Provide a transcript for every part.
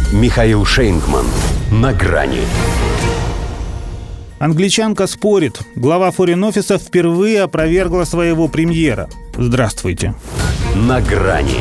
Михаил Шейнгман. На грани. Англичанка спорит. Глава форин-офиса впервые опровергла своего премьера. Здравствуйте. На грани.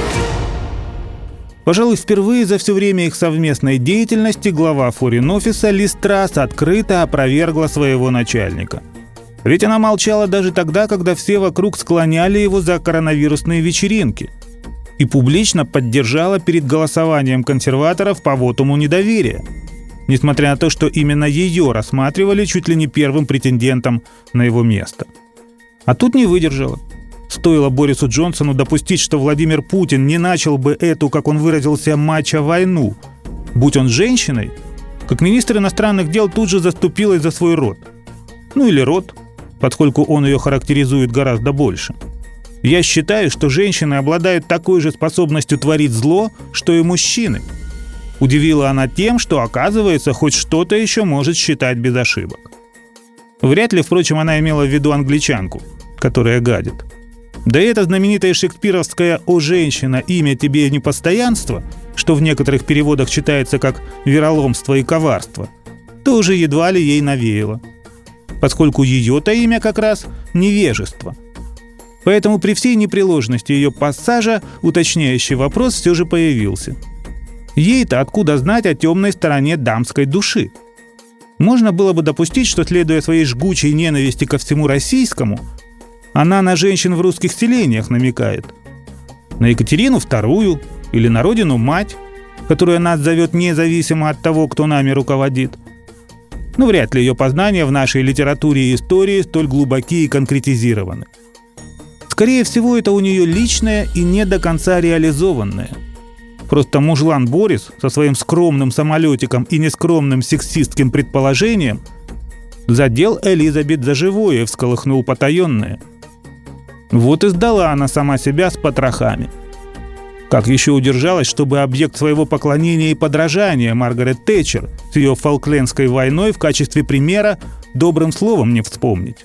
Пожалуй, впервые за все время их совместной деятельности глава форин-офиса Лиз Трасс открыто опровергла своего начальника. Ведь она молчала даже тогда, когда все вокруг склоняли его за коронавирусные вечеринки. И публично поддержала перед голосованием консерваторов по вотуму недоверия. Несмотря на то, что именно ее рассматривали чуть ли не первым претендентом на его место. А тут не выдержала. Стоило Борису Джонсону допустить, что Владимир Путин не начал бы эту, как он выразился, мачо-войну, будь он женщиной, как министр иностранных дел тут же заступилась за свой род. Ну или род, поскольку он ее характеризует гораздо больше. Я считаю, что женщины обладают такой же способностью творить зло, что и мужчины. Удивила она тем, что, оказывается, хоть что-то еще может считать без ошибок. Вряд ли, впрочем, она имела в виду англичанку, которая гадит. Да и это знаменитое шекспировское «О, женщина, имя тебе непостоянство», что в некоторых переводах читается как «вероломство и коварство», тоже едва ли ей навеяло, поскольку ее-то имя как раз невежество. Поэтому при всей непреложности ее пассажа уточняющий вопрос все же появился. Ей-то откуда знать о темной стороне дамской души? Можно было бы допустить, что, следуя своей жгучей ненависти ко всему российскому, она на женщин в русских селениях намекает. На Екатерину II или на родину-мать, которую она зовет независимо от того, кто нами руководит. Но вряд ли ее познания в нашей литературе и истории столь глубоки и конкретизированы. Скорее всего, это у нее личное и не до конца реализованное. Просто мужлан Борис со своим скромным самолетиком и нескромным сексистским предположением задел Элизабет за живое и всколыхнул потаенное. Вот и сдала она сама себя с потрохами. Как еще удержалась, чтобы объект своего поклонения и подражания Маргарет Тэтчер с ее Фолклендской войной в качестве примера добрым словом не вспомнить?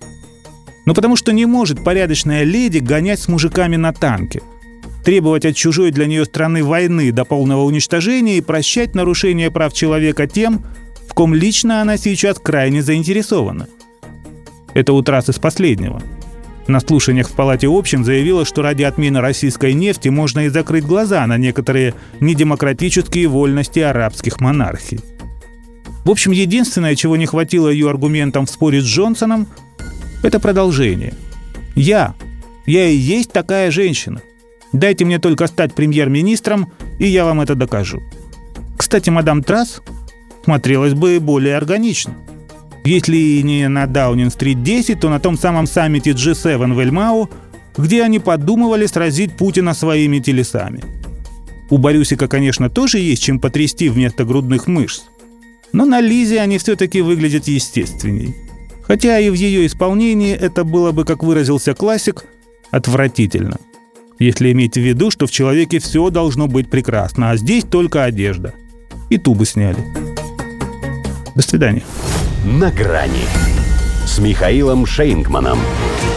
Ну потому что не может порядочная леди гонять с мужиками на танке, требовать от чужой для нее страны войны до полного уничтожения и прощать нарушения прав человека тем, в ком лично она сейчас крайне заинтересована. Это у Трасс из последнего. На слушаниях в Палате общин заявила, что ради отмены российской нефти можно и закрыть глаза на некоторые недемократические вольности арабских монархий. В общем, единственное, чего не хватило ее аргументам в споре с Джонсоном, это продолжение. Я и есть такая женщина. Дайте мне только стать премьер-министром, и я вам это докажу. Кстати, мадам Трасс смотрелась бы более органично. Если не на Даунинг-стрит 10, то на том самом саммите G7 в Эльмау, где они подумывали сразить Путина своими телесами. У Борюсика, конечно, тоже есть чем потрясти вместо грудных мышц, но на Лизе они все-таки выглядят естественней. Хотя и в ее исполнении это было бы, как выразился классик, отвратительно. Если иметь в виду, что в человеке все должно быть прекрасно, а здесь только одежда. И ту бы сняли. До свидания. На грани с Михаилом Шейнгманом.